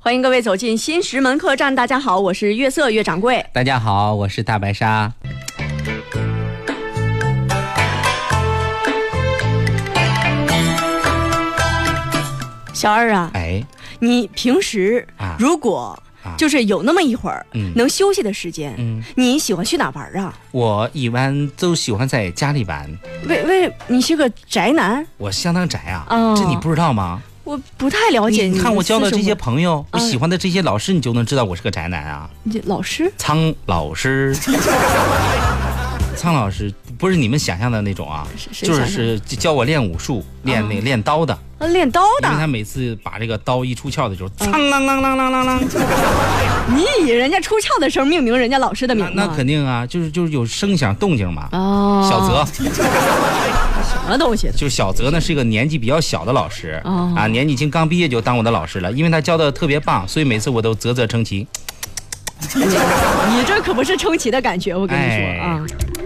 欢迎各位走进新石门客栈。大家好，我是月色岳掌柜。 大家好，我是大白鲨。 小二啊， 哎， 你平时如果就是有那么一会儿能休息的时间，你喜欢去哪玩啊？ 我一般都喜欢在家里玩。 为你是个宅男？ 我相当宅啊，这你不知道吗？ 我不太了解。 你看我交的这些朋友，我喜欢的这些老师，你就能知道我是个宅男啊。 老师？ 苍老师。苍老师不是你们想象的那种啊，就是教我练武术、练刀的。 练刀的， 因为他每次把这个刀一出鞘的时候，苍啷啷啷啷啷啷。 你以人家出鞘的时候命名人家老师的名字？ 那肯定啊，就是有声响动静嘛。 哦， 小泽。 什么东西？ 就是小泽呢，是一个年纪比较小的老师啊，年纪轻刚毕业就当我的老师了，因为他教的特别棒，所以每次我都啧啧称奇。 你这可不是称奇的感觉，我跟你说啊。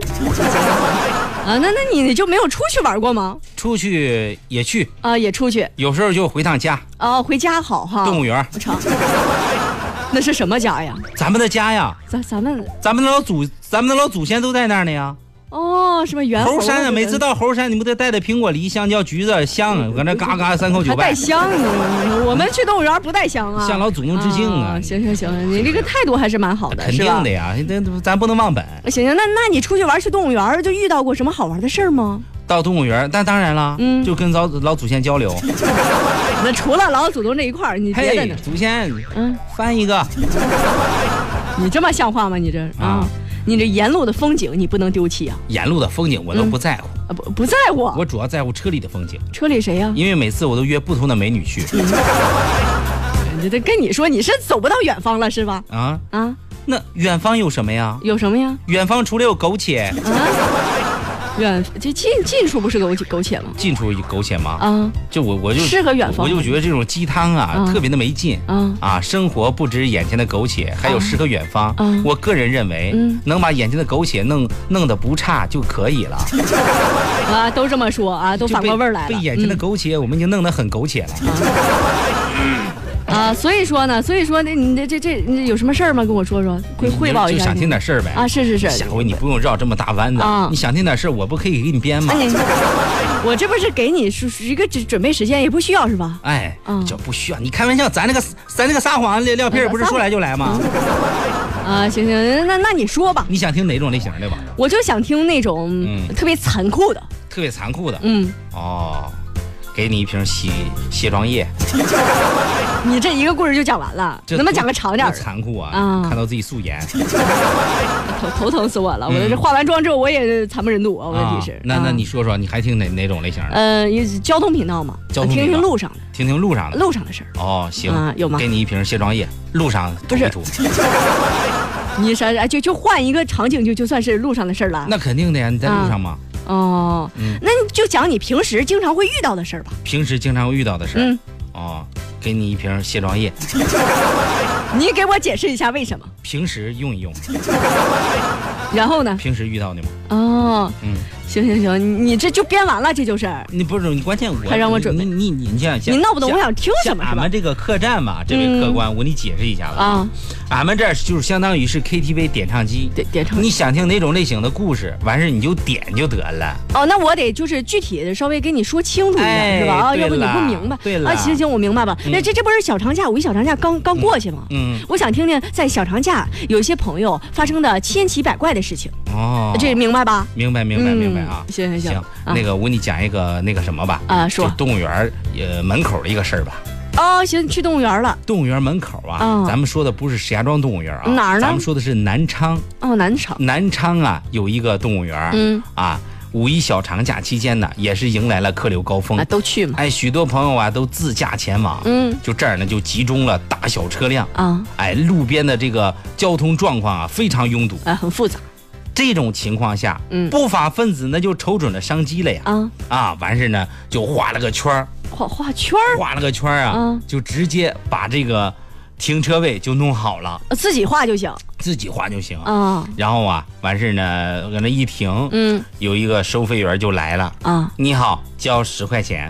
那你就没有出去玩过吗？ 出去也去啊， 也出去， 有时候就回趟家。 哦，回家好哈。 动物园。 那是什么家呀？ 咱们的家呀。咱们的老祖先都在那儿呢呀。 哦，什么猿猴山啊？每次到猴山，你不得带着苹果、梨、香蕉、橘子、香，搁那嘎嘎3口9拜。 还带香呢？我们去动物园不带香啊。 向老祖宗致敬啊！ 行，你这个态度还是蛮好的， 肯定的呀，咱不能忘本。 行，那你出去玩去动物园，就遇到过什么好玩的事儿吗？ 到动物园，但当然了，就跟老祖先交流。 那除了老祖宗这一块儿，你别的呢？ 祖先，翻一个。 你这么像话吗？你这啊？你这沿路的风景你不能丢弃啊！ 沿路的风景我都不在乎， 不在乎， 我主要在乎车里的风景。 车里谁呀？ 因为每次我都约不同的美女去。 这跟你说你是走不到远方了是吧？ 那远方有什么呀？ 有什么呀？ 远方除了有苟且这近处不是苟且吗？ 近处苟且吗？就我就适合远方。 我就觉得这种鸡汤啊，特别的没劲。生活不止眼前的苟且，还有诗和远方。我个人认为，能把眼前的苟且弄得不差就可以了。 都这么说啊，都反过味儿来了。 被眼前的苟且，我们已经弄得很苟且了。 所以说你这有什么事儿吗？跟我说说，汇报一下。 就想听点事儿呗。 是。 下回你不用绕这么大弯子。你想听点事儿，我不可以给你编吗？ 我这不是给你一个准备时间，也不需要是吧？ 这不需要。你开玩笑，咱那个撒谎撂屁不是说来就来吗？ 行，那你说吧。 你想听哪种类型的吧？ 我就想听那种特别残酷的。 特别残酷的。给你一瓶卸妆液。 你这一个故事就讲完了，能不能讲个长点的？ 残酷啊！看到自己素颜， 头疼死我了！我这化完妆之后我也惨不忍睹啊！问题是， 那你说说，你还听哪种类型的？ 交通频道嘛，听路上的， 听路上的事儿。 行有吗？ 给你一瓶卸妆液，路上不是。你啥就换一个场景就算是路上的事儿了？ 那肯定的呀，你在路上吗？ 那你就讲你平时经常会遇到的事儿吧。 平时经常会遇到的事儿。给你一瓶卸妆液。 你给我解释一下为什么？ 平时用一用。 然后呢？ 平时遇到的吗？ 行，你这就编完了，这就是。 你不是你关键我还让我准备。 你这样， 你闹不懂我想听什么是吧？ 俺们这个客栈嘛，这位客官，我给你解释一下子俺们这儿就是相当于是 KTV 点唱机。 点唱。 你想听哪种类型的故事，完事你就点就得了。 那我得就是具体的稍微跟你说清楚一点是吧？要不你不明白。 对了。 行，我明白吧？这不是小长假，五一小长假刚过去吗？我想听听在小长假有一些朋友发生的千奇百怪的事情。这明白吧？ 明白啊！ 行， 那个我给你讲一个那个什么吧。 说动物园门口的一个事儿吧。 行，去动物园了。 动物园门口咱们说的不是石家庄动物园啊， 哪儿呢？ 咱们说的是南昌。南昌啊，有一个动物园。五一小长假期间呢，也是迎来了客流高峰。 都去嘛。 许多朋友都自驾前往。就这儿呢，就集中了大小车辆。路边的这个交通状况非常拥堵。 很复杂。 这种情况下，不法分子呢就瞅准了商机了呀。完事呢就画了个圈儿。 画圈儿。 画了个圈儿就直接把这个停车位就弄好了。 自己画就行。 然后完事呢搁那一停，有一个收费员就来了。你好，交10块钱。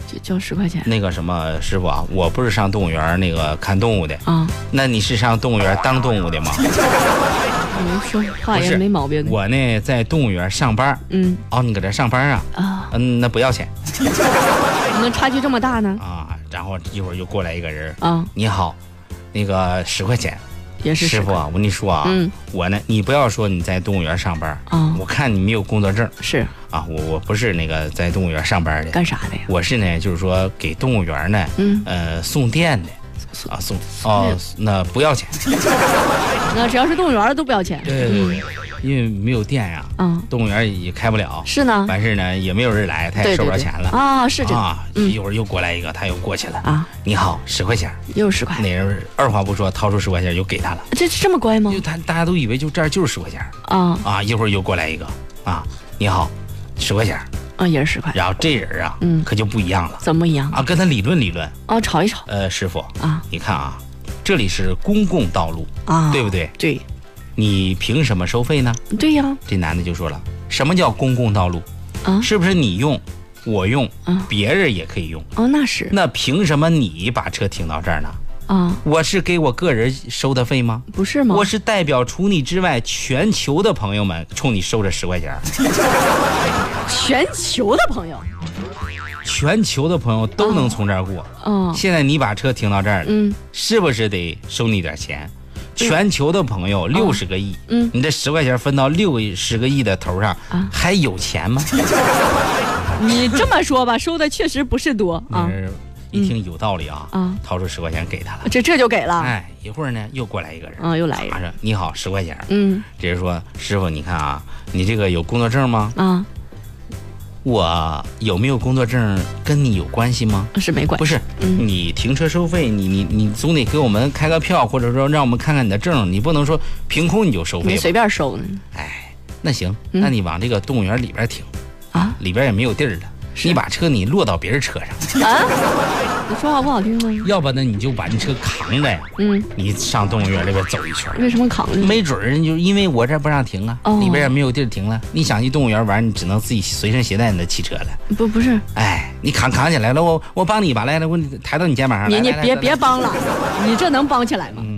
交10块钱。 那个什么师傅啊，我不是上动物园那个看动物的啊，那你是上动物园当动物的吗？ 说话也没毛病。 我呢在动物园上班。哦，你搁这上班啊？啊，那不要钱。 怎么差距这么大呢？ 啊，然后一会儿又过来一个人啊，你好，那个10块钱。 也是师傅啊，我跟你说啊，我呢，你不要说你在动物园上班啊，我看你没有工作证。 是啊，我不是那个在动物园上班的。 干啥的呀？ 我是呢，就是说给动物园呢，送电的。啊，送哦，那不要钱。 那只要是动物园的都不要钱。 对，因为没有电呀，动物园也开不了。 是呢， 完事呢也没有人来，他也收不着钱了。 啊，是这个。 一会儿又过来一个，他又过去了。啊，你好，10块钱。 又10块。 那人二话不说掏出10块钱又给他了。 这么乖吗？ 就大家都以为就这儿就是10块钱。啊，一会儿又过来一个。啊，你好，10块钱。 啊，也是10块。 然后这人啊，可就不一样了。 怎么不一样啊？跟他理论理论。 哦，吵一吵。 师傅啊，你看啊，这里是公共道路啊，对不对？ 对。 你凭什么收费呢？ 对呀。这男的就说了，什么叫公共道路？啊，是不是你用，我用，别人也可以用？ 哦，那是。 那凭什么你把车停到这儿呢？啊，我是给我个人收的费吗？ 不是吗？ 我是代表除你之外全球的朋友们冲你收这10块钱。 全球的朋友， 全球的朋友都能从这儿过。现在你把车停到这儿了，是不是得收你点钱？全球的朋友60个亿，你这10块钱分到60个亿的头上，还有钱吗？ 你这么说吧，收的确实不是多啊。 一听有道理啊，掏出10块钱给他了， 这就给了。 哎，一会儿呢又过来一个人， 又来一个人， 你好，10块钱。这人说，师傅你看啊，你这个有工作证吗？啊，我有没有工作证跟你有关系吗？ 是没关系。 不是，你停车收费，你总得给我们开个票，或者说让我们看看你的证，你不能说凭空你就收费。 你随便收呢。 哎，那行，那你往这个动物园里边停啊，里边也没有地儿了。你把车你落到别人车上啊？ 你说话不好听吗？ 要不呢你就把你车扛着呀，你上动物园里边走一圈。 为什么扛着？ 没准人就因为我这不让停啊，里边也没有地儿停了。你想去动物园玩，你只能自己随身携带你的汽车了。 不是， 哎，你扛起来了，我帮你吧，来，我抬到你肩膀上。 你别帮了，你这能帮起来吗？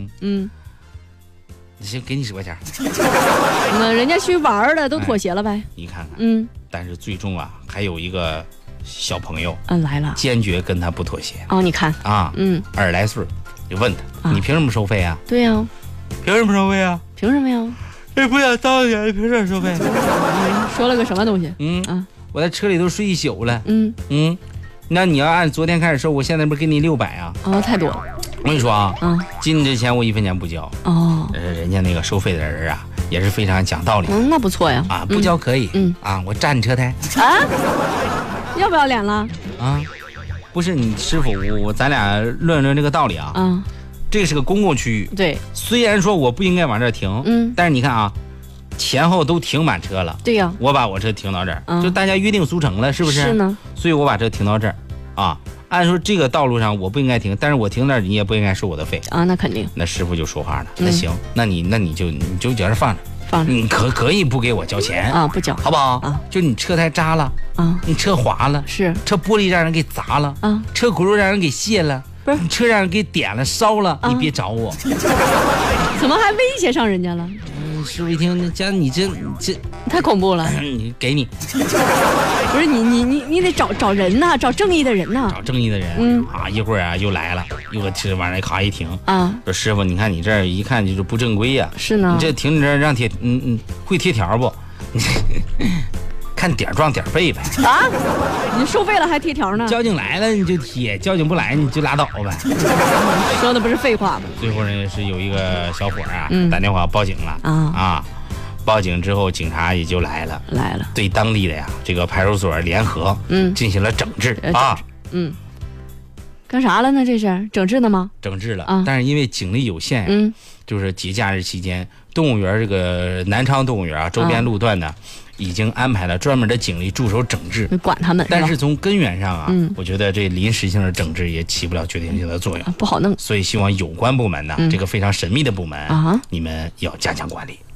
行，给你10块钱。 那人家去玩的都妥协了呗。 你看看，但是最终啊，还有一个小朋友来了， 坚决跟他不妥协。 哦，你看啊，20来岁，就问他，你凭什么收费啊？ 对呀， 凭什么收费啊？ 凭什么呀？ 这不想当你，凭什么收费？ 说了个什么东西？ 我在车里都睡一宿了。那你要按昨天开始收，我现在不是给你600啊？ 太多了。 我跟你说啊，进这钱我1分钱不交。人家那个收费的人啊，也是非常讲道理。 那不错呀。 啊，不交可以。我占你车胎。 啊？要不要脸了？ 啊，不是你师傅，咱俩论这个道理啊。这是个公共区域。 对。 虽然说我不应该往这儿停，但是你看啊，前后都停满车了。 对呀。 我把我车停到这儿，就大家约定俗成了，是不是？ 是呢。 所以我把车停到这儿，啊。按说这个道路上我不应该停，但是我停那儿你也不应该收我的费啊。那肯定。 那师傅就说话了，那行，那你就在这放着，你可以不给我交钱啊，不交， 好不好啊？就你车胎扎了啊，你车滑了， 是车玻璃让人给砸了啊，车轱辘让人给卸了，不是你车让人给点了烧了，你别找我。 怎么还威胁上人家了？ 师傅一听，家你这太恐怖了。 给你。 不是你得找人呐，找正义的人呐。 找正义的人。一会儿啊又来了，又往这咔一停啊，说师傅，你看你这儿一看就是不正规呀。 是呢。 你这停你这儿让贴，会贴条不？看点撞点背呗。 啊？你收费了还贴条呢？ 交警来了你就贴，交警不来你就拉倒呗。 说的不是废话吗？ 最后呢是有一个小伙啊，打电话报警了报警之后警察也就来了，对当地的呀这个派出所联合进行了整治啊。 干啥了呢？这是整治的吗？ 整治了但是因为警力有限呀，就是节假日期间，动物园这个南昌动物园啊周边路段呢已经安排了专门的警力驻守整治， 管他们。 但是从根源上啊，我觉得这临时性的整治也起不了决定性的作用， 不好弄。 所以希望有关部门呢，这个非常神秘的部门你们要加强管理。